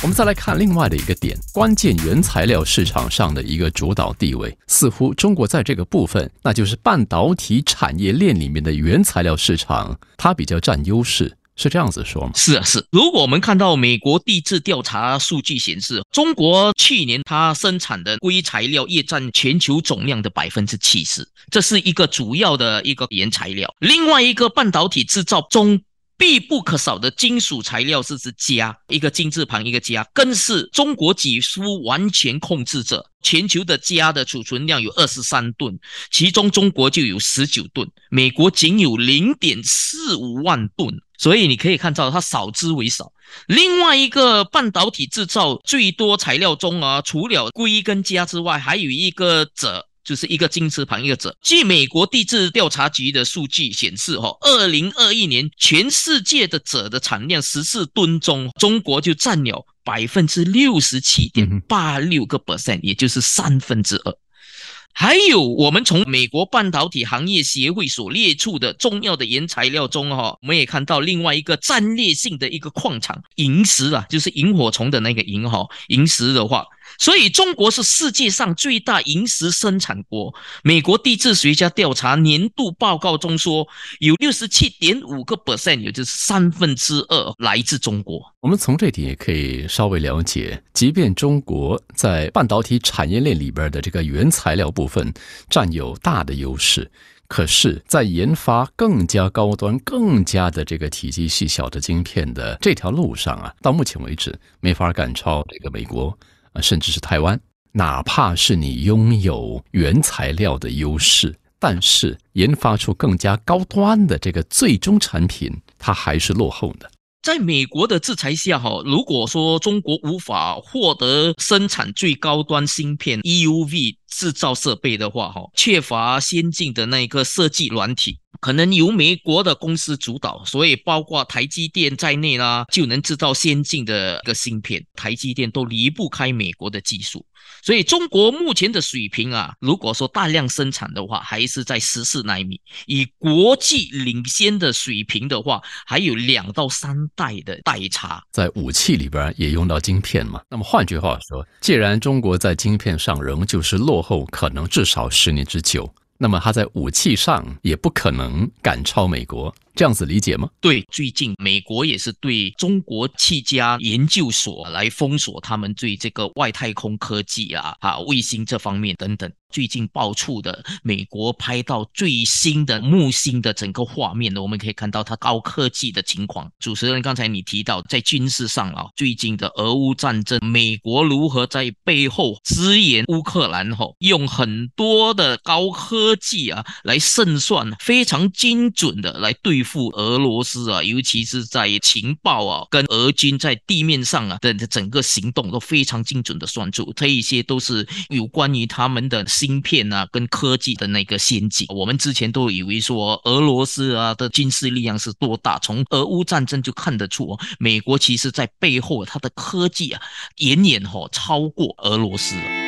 我们再来看另外的一个点，关键原材料市场上的一个主导地位，似乎中国在这个部分，那就是半导体产业链里面的原材料市场，它比较占优势。是这样子说吗？ 是。如果我们看到美国地质调查数据显示，中国去年它生产的硅材料业占全球总量的 70%， 这是一个主要的一个原材料。另外一个半导体制造中必不可少的金属材料是镓，一个金字旁一个镓，更是中国几乎完全控制着。全球的镓的储存量有23吨，其中中国就有19吨，美国仅有 0.45 万吨，所以你可以看到它少之为少。另外一个半导体制造最多材料中除了硅跟镓之外，还有一个锗，就是一个金字旁一个锗。据美国地质调查局的数据显示，2021年全世界的锗的产量14吨中，中国就占有 67.86%， 也就是2/3。还有我们从美国半导体行业协会所列出的重要的原材料中我们也看到另外一个战略性的一个矿场萤石就是萤火虫的那个萤石的话，所以中国是世界上最大萤石生产国。美国地质学家调查年度报告中说，有 67.5%， 也就是2/3来自中国。 我们从这点也可以稍微了解，即便中国在半导体产业链里边的这个原材料部分占有大的优势，可是在研发更加高端更加的这个体积细小的晶片的这条路上到目前为止没法赶超这个美国甚至是台湾。哪怕是你拥有原材料的优势，但是研发出更加高端的这个最终产品，它还是落后的。 在美国的制裁下如果说中国无法获得生产最高端芯片 EUV 制造设备的话缺乏先进的那个设计软体，可能由美国的公司主导，所以包括台积电在内就能制造先进的一个芯片，台积电都离不开美国的技术。所以中国目前的水平如果说大量生产的话，还是在14奈米，以国际领先的水平的话，还有2到3代的代差。 在武器里边也用到晶片嘛，那么换句话说，既然中国在晶片上仍旧是落后，可能至少10年之久，那么它在武器上也不可能赶超美国，这样子理解吗？ 对，最近美国也是对中国7家研究所来封锁他们对这个外太空科技卫星这方面等等。最近爆出的美国拍到最新的木星的整个画面，我们可以看到它高科技的情况。主持人刚才你提到在军事上最近的俄乌战争，美国如何在背后支援乌克兰用很多的高科技来胜算，非常精准的来对付俄罗斯尤其是在情报跟俄军在地面上的整个行动都非常精准的算出，这一些都是有关于他们的芯片跟科技的那个先进。我们之前都以为说俄罗斯的军事力量是多大，从俄乌战争就看得出美国其实在背后它的科技远远超过俄罗斯了。